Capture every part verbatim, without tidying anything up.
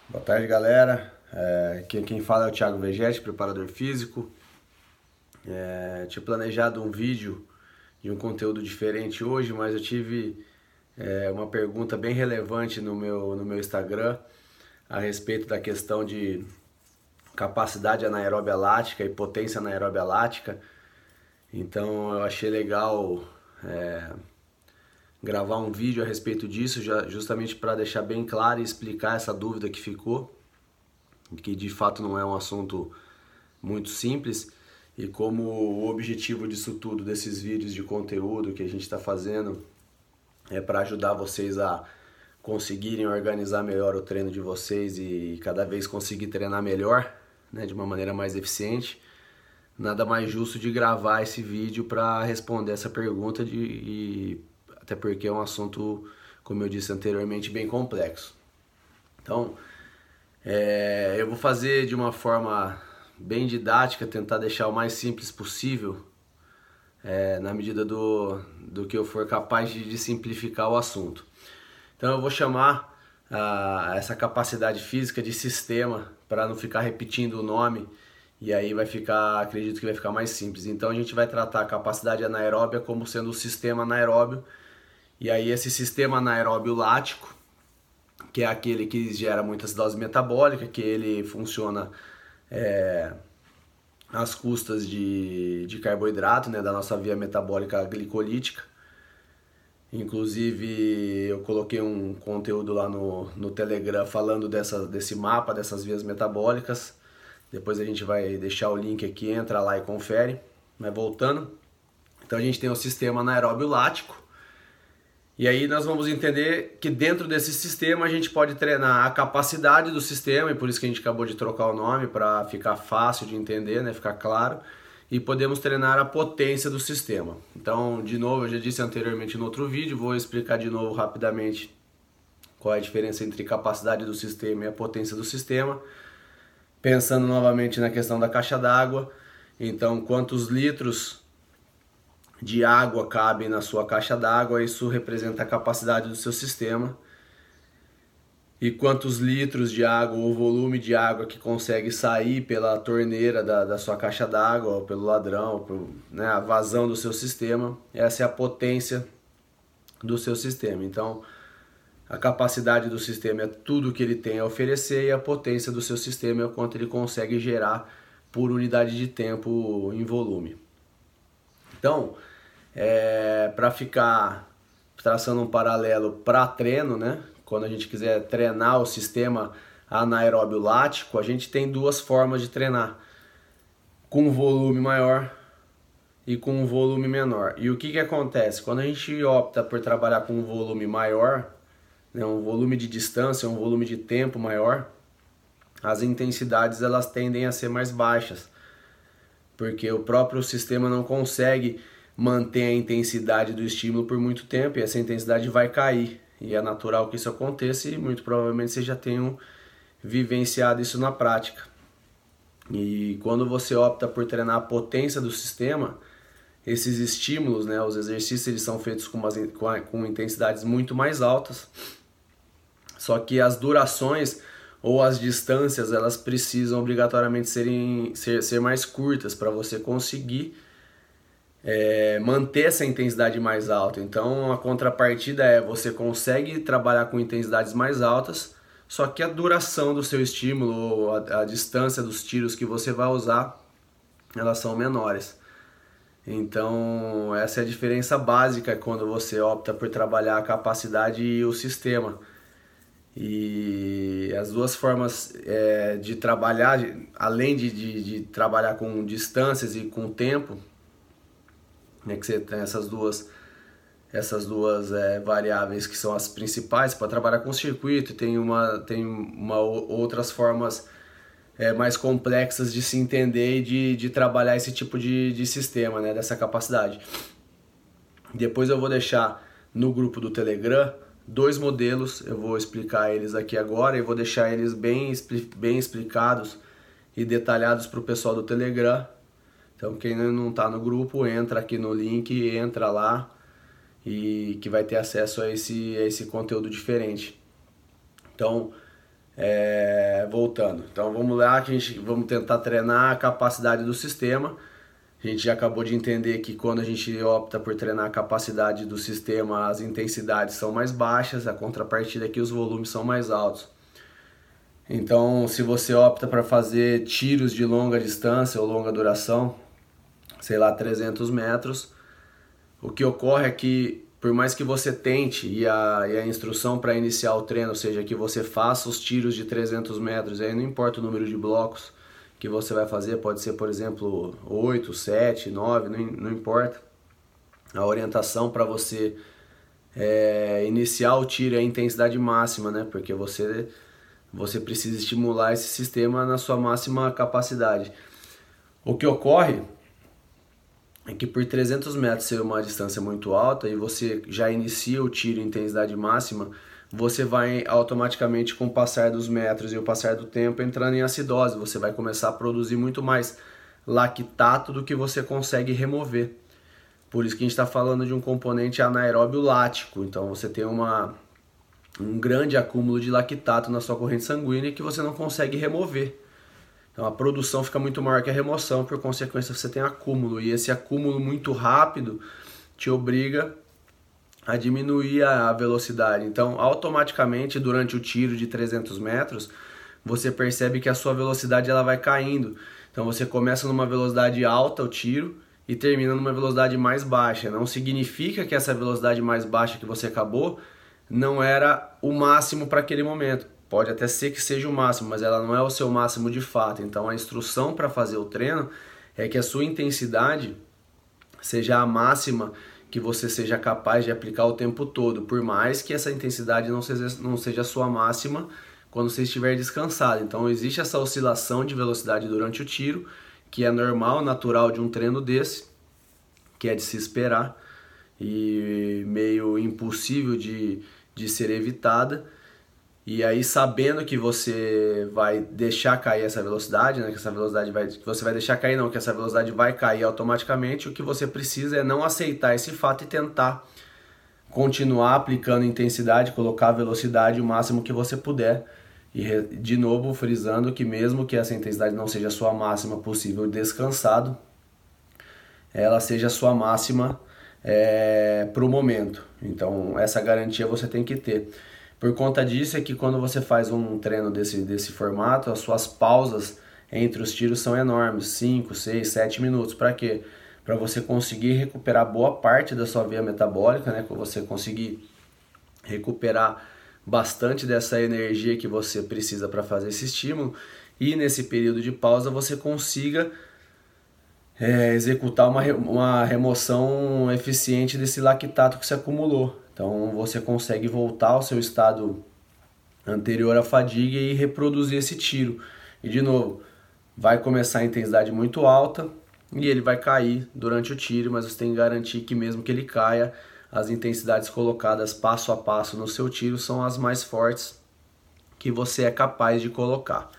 Boa tarde, galera. É, aqui quem fala é o Thiago Vegetti, preparador físico. É, tinha planejado um vídeo de um conteúdo diferente hoje, mas eu tive é, uma pergunta bem relevante no meu, no meu Instagram a respeito da questão de capacidade anaeróbia lática e potência anaeróbia lática. Então eu achei legal é, gravar um vídeo a respeito disso, já, justamente para deixar bem claro e explicar essa dúvida que ficou, que de fato não é um assunto muito simples, e como o objetivo disso tudo, desses vídeos de conteúdo que a gente está fazendo, é para ajudar vocês a conseguirem organizar melhor o treino de vocês e cada vez conseguir treinar melhor, né, de uma maneira mais eficiente. Nada mais justo de gravar esse vídeo para responder essa pergunta, de, e até porque é um assunto, como eu disse anteriormente, bem complexo. Então, é, eu vou fazer de uma forma bem didática, tentar deixar o mais simples possível, é, na medida do, do que eu for capaz de, de simplificar o assunto. Então eu vou chamar ah, essa capacidade física de sistema, para não ficar repetindo o nome, e aí vai ficar, acredito que vai ficar mais simples. Então a gente vai tratar a capacidade anaeróbia como sendo o sistema anaeróbio, e aí esse sistema anaeróbio lático, que é aquele que gera muita acidose metabólica, que ele funciona é, às custas de, de carboidrato, né, da nossa via metabólica glicolítica. Inclusive eu coloquei um conteúdo lá no, no Telegram falando dessa, desse mapa, dessas vias metabólicas. Depois a gente vai deixar o link aqui, entra lá e confere. Mas voltando, então a gente tem o sistema anaeróbio lático. E aí nós vamos entender que dentro desse sistema a gente pode treinar a capacidade do sistema, e por isso que a gente acabou de trocar o nome para ficar fácil de entender, né, ficar claro. E podemos treinar a potência do sistema. Então, de novo, eu já disse anteriormente no outro vídeo, vou explicar de novo rapidamente qual é a diferença entre capacidade do sistema e a potência do sistema. Pensando novamente na questão da caixa d'água, então quantos litros de água cabem na sua caixa d'água, isso representa a capacidade do seu sistema. E quantos litros de água ou volume de água que consegue sair pela torneira da, da sua caixa d'água, ou pelo ladrão, pelo, né, a vazão do seu sistema, essa é a potência do seu sistema. Então, a capacidade do sistema é tudo que ele tem a oferecer, e a potência do seu sistema é o quanto ele consegue gerar por unidade de tempo em volume. Então, é, para ficar traçando um paralelo para treino, né? Quando a gente quiser treinar o sistema anaeróbio lático, a gente tem duas formas de treinar: com um volume maior e com um volume menor. E o que que acontece? Quando a gente opta por trabalhar com um volume maior, né, um volume de distância, um volume de tempo maior, as intensidades elas tendem a ser mais baixas, porque o próprio sistema não consegue manter a intensidade do estímulo por muito tempo, e essa intensidade vai cair. E é natural que isso aconteça, e muito provavelmente vocês já tenham vivenciado isso na prática. E quando você opta por treinar a potência do sistema, esses estímulos, né, os exercícios, eles são feitos com, umas, com intensidades muito mais altas, só que as durações ou as distâncias, elas precisam obrigatoriamente serem, ser, ser mais curtas para você conseguir É, manter essa intensidade mais alta. Então a contrapartida é, você consegue trabalhar com intensidades mais altas, só que a duração do seu estímulo, a, a distância dos tiros que você vai usar, elas são menores. Então essa é a diferença básica quando você opta por trabalhar a capacidade e o sistema. E as duas formas é, de trabalhar, além de, de, de trabalhar com distâncias e com tempo, né, que você tem essas duas, essas duas é, variáveis que são as principais para trabalhar com circuito. Tem, uma, tem uma, outras formas é, mais complexas de se entender e de, de trabalhar esse tipo de, de sistema, né, dessa capacidade. Depois eu vou deixar no grupo do Telegram dois modelos, eu vou explicar eles aqui agora e vou deixar eles bem, bem explicados e detalhados para o pessoal do Telegram. Então quem não está no grupo, entra aqui no link, entra lá, e que vai ter acesso a esse, a esse conteúdo diferente. Então, É, voltando, então vamos lá que a gente vamos tentar treinar a capacidade do sistema. A gente já acabou de entender que quando a gente opta por treinar a capacidade do sistema, as intensidades são mais baixas, a contrapartida é que os volumes são mais altos. Então, se você opta para fazer tiros de longa distância ou longa duração, sei lá, trezentos metros, o que ocorre é que, por mais que você tente, e a, e a instrução para iniciar o treino seja que você faça os tiros de trezentos metros, aí não importa o número de blocos que você vai fazer, pode ser, por exemplo, oito, sete, nove, não, não importa. A orientação para você é, iniciar o tiro é a intensidade máxima, né? Porque você, você precisa estimular esse sistema na sua máxima capacidade. O que ocorre é que por trezentos metros ser uma distância muito alta e você já inicia o tiro em intensidade máxima, você vai automaticamente, com o passar dos metros e o passar do tempo, entrando em acidose. Você vai começar a produzir muito mais lactato do que você consegue remover. Por isso que a gente está falando de um componente anaeróbio lático. Então você tem uma, um grande acúmulo de lactato na sua corrente sanguínea que você não consegue remover. Então a produção fica muito maior que a remoção, por consequência você tem acúmulo. E esse acúmulo muito rápido te obriga a diminuir a velocidade. Então, automaticamente, durante o tiro de trezentos metros, você percebe que a sua velocidade ela vai caindo. Então, você começa numa velocidade alta o tiro e termina numa velocidade mais baixa. Não significa que essa velocidade mais baixa que você acabou não era o máximo para aquele momento. Pode até ser que seja o máximo, mas ela não é o seu máximo de fato. Então, a instrução para fazer o treino é que a sua intensidade seja a máxima que você seja capaz de aplicar o tempo todo, por mais que essa intensidade não seja, não seja a sua máxima quando você estiver descansado. Então existe essa oscilação de velocidade durante o tiro, que é normal, natural de um treino desse, que é de se esperar e meio impossível de, de ser evitada. E aí, sabendo que você vai deixar cair essa velocidade, né, que essa velocidade vai, que você vai deixar cair não, que essa velocidade vai cair automaticamente, o que você precisa é não aceitar esse fato e tentar continuar aplicando intensidade, colocar a velocidade o máximo que você puder. E de novo, frisando que mesmo que essa intensidade não seja a sua máxima possível descansado, ela seja a sua máxima é, para o momento. Então essa garantia você tem que ter. Por conta disso é que quando você faz um treino desse, desse formato, as suas pausas entre os tiros são enormes, cinco, seis, sete minutos. Para quê? Para você conseguir recuperar boa parte da sua via metabólica, né? Para você conseguir recuperar bastante dessa energia que você precisa para fazer esse estímulo. E nesse período de pausa você consiga é, executar uma, uma remoção eficiente desse lactato que se acumulou. Então você consegue voltar ao seu estado anterior à fadiga e reproduzir esse tiro. E de novo, vai começar a intensidade muito alta e ele vai cair durante o tiro, mas você tem que garantir que mesmo que ele caia, as intensidades colocadas passo a passo no seu tiro são as mais fortes que você é capaz de colocar.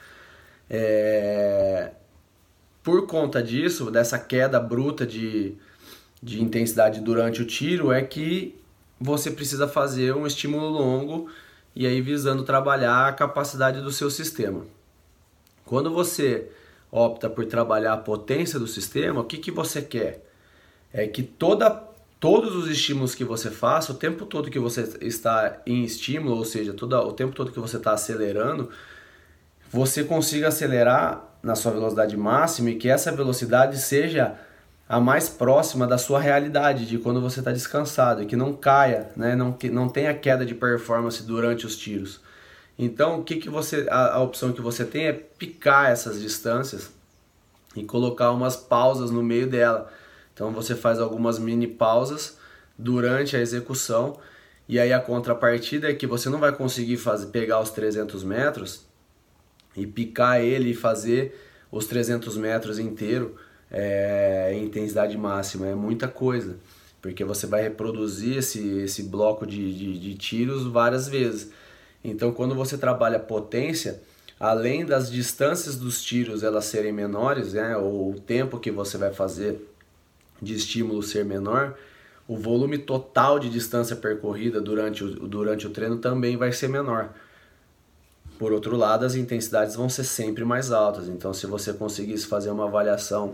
É... Por conta disso, dessa queda bruta de, de intensidade durante o tiro, é que você precisa fazer um estímulo longo e aí visando trabalhar a capacidade do seu sistema. Quando você opta por trabalhar a potência do sistema, o que, que você quer? É que toda, todos os estímulos que você faça, o tempo todo que você está em estímulo, ou seja, todo, o tempo todo que você está acelerando, você consiga acelerar na sua velocidade máxima e que essa velocidade seja a mais próxima da sua realidade, de quando você está descansado, e que não caia, né? não, que, não tenha queda de performance durante os tiros. Então, o que que você, a, a opção que você tem é picar essas distâncias e colocar umas pausas no meio dela. Então você faz algumas mini pausas durante a execução, e aí a contrapartida é que você não vai conseguir fazer, pegar os trezentos metros e picar ele e fazer os trezentos metros inteiro é, em intensidade máxima. É muita coisa, porque você vai reproduzir esse, esse bloco de, de, de tiros várias vezes. Então quando você trabalha potência, além das distâncias dos tiros elas serem menores, né, ou o tempo que você vai fazer de estímulo ser menor, o volume total de distância percorrida durante o, durante o treino também vai ser menor. por outro lado, as intensidades vão ser sempre mais altas. Então, se você conseguisse fazer uma avaliação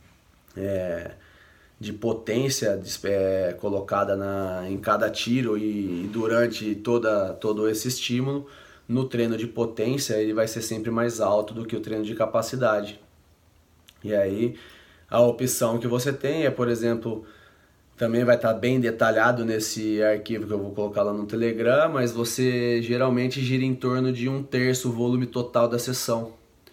é, de potência é, colocada na, em cada tiro e, e durante toda, todo esse estímulo, no treino de potência ele vai ser sempre mais alto do que o treino de capacidade. E aí a opção que você tem é, por exemplo, também vai estar bem detalhado nesse arquivo que eu vou colocar lá no Telegram, mas você geralmente gira em torno de um terço o volume total da sessão.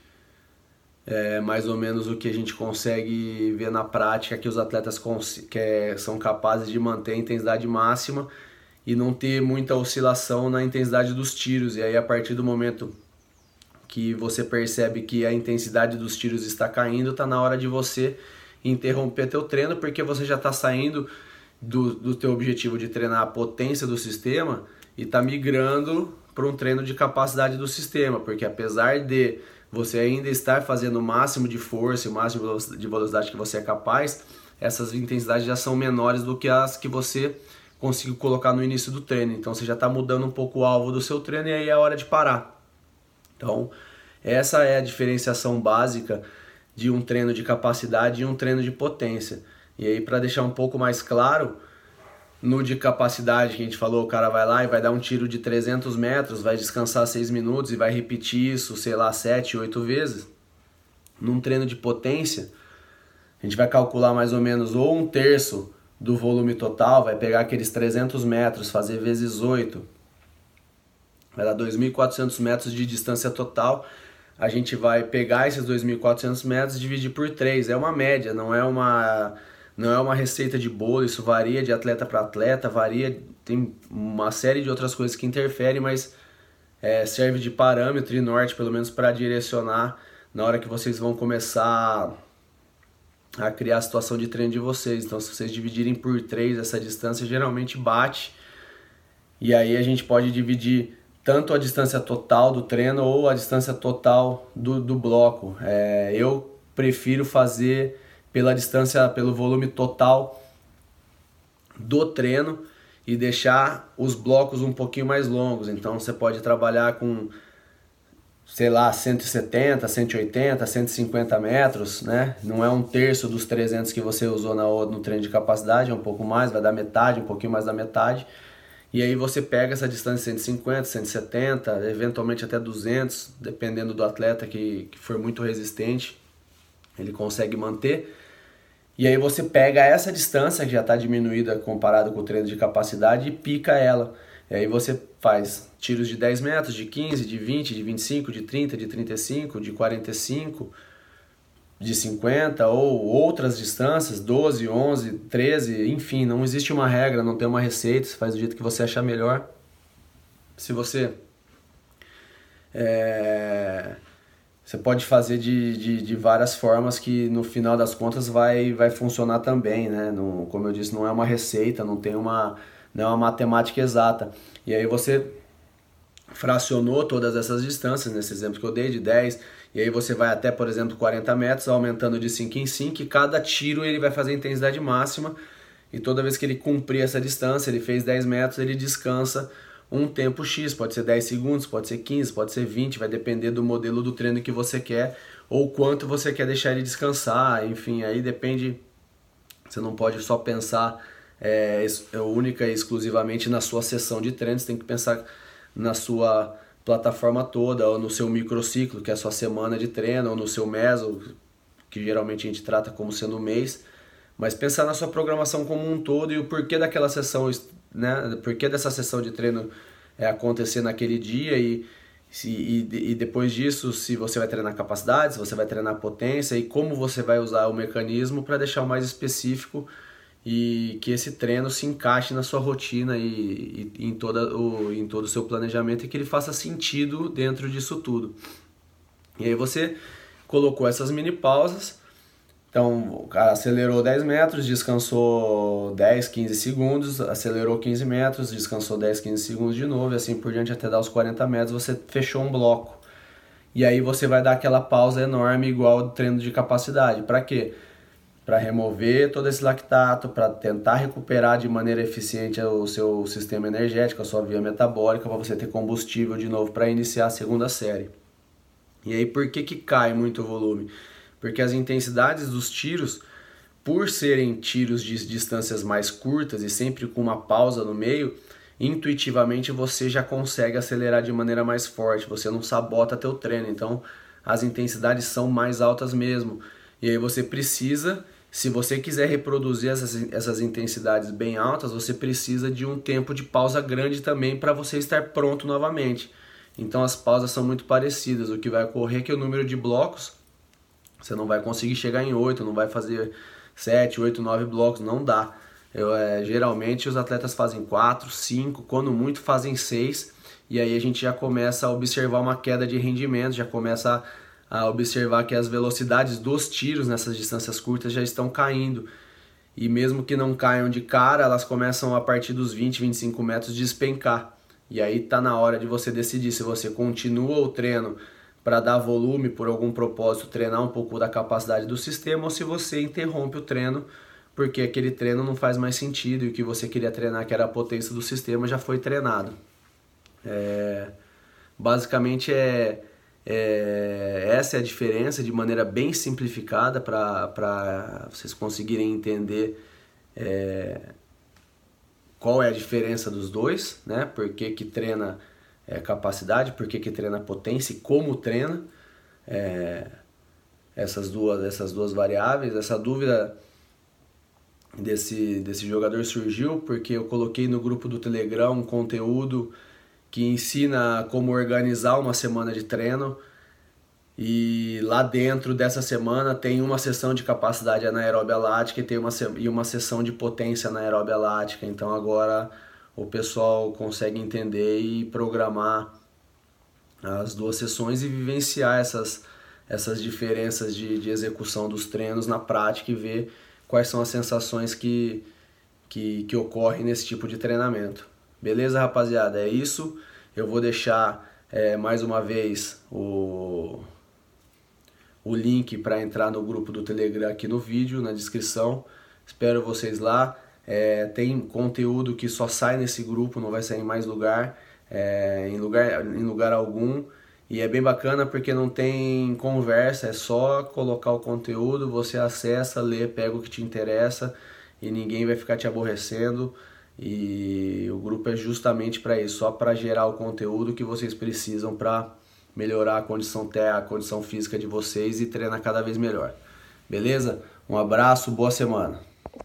É mais ou menos o que a gente consegue ver na prática, que os atletas que é, são capazes de manter a intensidade máxima e não ter muita oscilação na intensidade dos tiros. E aí, a partir do momento que você percebe que a intensidade dos tiros está caindo, está na hora de você interromper teu treino, porque você já está saindo do, do teu objetivo de treinar a potência do sistema e está migrando para um treino de capacidade do sistema, porque apesar de você ainda estar fazendo o máximo de força, o máximo de velocidade que você é capaz, essas intensidades já são menores do que as que você conseguiu colocar no início do treino. Então você já está mudando um pouco o alvo do seu treino e aí é a hora de parar. Então essa é a diferenciação básica de um treino de capacidade e um treino de potência. E aí, para deixar um pouco mais claro, no de capacidade que a gente falou, o cara vai lá e vai dar um tiro de trezentos metros, vai descansar seis minutos e vai repetir isso, sei lá, sete, oito vezes. Num treino de potência, a gente vai calcular mais ou menos ou um terço do volume total, vai pegar aqueles trezentos metros, fazer vezes oito, vai dar dois mil e quatrocentos metros de distância total. A gente vai pegar esses dois mil e quatrocentos metros e dividir por três. É uma média, não é uma, não é uma receita de bolo. Isso varia de atleta para atleta, varia, tem uma série de outras coisas que interferem, mas é, serve de parâmetro e norte, pelo menos para direcionar na hora que vocês vão começar a criar a situação de treino de vocês. Então, se vocês dividirem por três, essa distância geralmente bate. E aí a gente pode dividir tanto a distância total do treino ou a distância total do, do bloco. É, eu prefiro fazer pela distância, pelo volume total do treino e deixar os blocos um pouquinho mais longos. Então você pode trabalhar com, sei lá, cento e setenta, cento e oitenta, cento e cinquenta metros, né? Não é um terço dos trezentos que você usou na, no treino de capacidade, é um pouco mais, vai dar metade, um pouquinho mais da metade. E aí você pega essa distância de cento e cinquenta, cento e setenta, eventualmente até duzentos, dependendo do atleta que, que for muito resistente, ele consegue manter. E aí você pega essa distância que já está diminuída comparado com o treino de capacidade e pica ela. E aí você faz tiros de dez metros, de quinze, de vinte, de vinte e cinco, de trinta, de trinta e cinco, de quarenta e cinco, de cinquenta ou outras distâncias, doze, onze, treze, enfim, não existe uma regra, não tem uma receita, você faz do jeito que você achar melhor. Se você é, você pode fazer de, de, de várias formas que no final das contas vai, vai funcionar também, né? Não, como eu disse, não é uma receita, não tem uma, não é uma matemática exata. E aí você fracionou todas essas distâncias, nesse exemplo que eu dei, de dez, e aí você vai até, por exemplo, quarenta metros, aumentando de cinco em cinco, e cada tiro ele vai fazer a intensidade máxima, e toda vez que ele cumprir essa distância, ele fez dez metros, ele descansa um tempo X, pode ser dez segundos, pode ser quinze, pode ser vinte, vai depender do modelo do treino que você quer, ou quanto você quer deixar ele descansar, enfim, aí depende, você não pode só pensar é, única e exclusivamente na sua sessão de treino, você tem que pensar na sua plataforma toda, ou no seu microciclo, que é a sua semana de treino, ou no seu meso, que geralmente a gente trata como sendo um mês, mas pensar na sua programação como um todo e o porquê daquela sessão, né, porquê dessa sessão de treino é, acontecer naquele dia e, se, e, e depois disso, se você vai treinar capacidade, se você vai treinar potência e como você vai usar o mecanismo para deixar o mais específico e que esse treino se encaixe na sua rotina e, e em, toda o, em todo o seu planejamento e que ele faça sentido dentro disso tudo. E aí você colocou essas mini pausas, então o cara acelerou dez metros, descansou dez, quinze segundos, acelerou quinze metros, descansou dez, quinze segundos de novo e assim por diante até dar os quarenta metros, você fechou um bloco. E aí você vai dar aquela pausa enorme igual ao treino de capacidade. Para quê? para remover todo esse lactato, para tentar recuperar de maneira eficiente o seu sistema energético, a sua via metabólica, para você ter combustível de novo para iniciar a segunda série. E aí por que que cai muito o volume? Porque as intensidades dos tiros, por serem tiros de distâncias mais curtas e sempre com uma pausa no meio, intuitivamente você já consegue acelerar de maneira mais forte, você não sabota teu treino, então as intensidades são mais altas mesmo. E aí você precisa, se você quiser reproduzir essas, essas intensidades bem altas, você precisa de um tempo de pausa grande também para você estar pronto novamente. Então as pausas são muito parecidas, o que vai ocorrer é que o número de blocos, você não vai conseguir chegar em oito, não vai fazer sete, oito, nove blocos, não dá. Eu, é, geralmente os atletas fazem quatro, cinco, quando muito fazem seis, e aí a gente já começa a observar uma queda de rendimento, já começa a, a observar que as velocidades dos tiros nessas distâncias curtas já estão caindo. E mesmo que não caiam de cara, elas começam a partir dos vinte, vinte e cinco metros despencar. E aí tá na hora de você decidir se você continua o treino para dar volume por algum propósito, treinar um pouco da capacidade do sistema, ou se você interrompe o treino porque aquele treino não faz mais sentido e o que você queria treinar, que era a potência do sistema, já foi treinado. É, basicamente é, é, essa é a diferença de maneira bem simplificada para vocês conseguirem entender é, qual é a diferença dos dois, né? Por que que treina é, capacidade, por que que treina potência e como treina é, essas, duas, essas duas variáveis. Essa dúvida desse, desse jogador surgiu porque eu coloquei no grupo do Telegram um conteúdo que ensina como organizar uma semana de treino, e lá dentro dessa semana tem uma sessão de capacidade anaeróbia lática e, tem uma, e uma sessão de potência anaeróbia lática. Então agora o pessoal consegue entender e programar as duas sessões e vivenciar essas, essas diferenças de, de execução dos treinos na prática e ver quais são as sensações que, que, que ocorrem nesse tipo de treinamento. Beleza, rapaziada? É isso. Eu vou deixar é, mais uma vez o, o link para entrar no grupo do Telegram aqui no vídeo, na descrição. Espero vocês lá. É, tem conteúdo que só sai nesse grupo, não vai sair em mais lugar, é, em lugar, em lugar algum. E é bem bacana porque não tem conversa, é só colocar o conteúdo, você acessa, lê, pega o que te interessa e ninguém vai ficar te aborrecendo. E o grupo é justamente para isso, só para gerar o conteúdo que vocês precisam para melhorar a condição, a condição física de vocês e treinar cada vez melhor. Beleza? Um abraço, boa semana!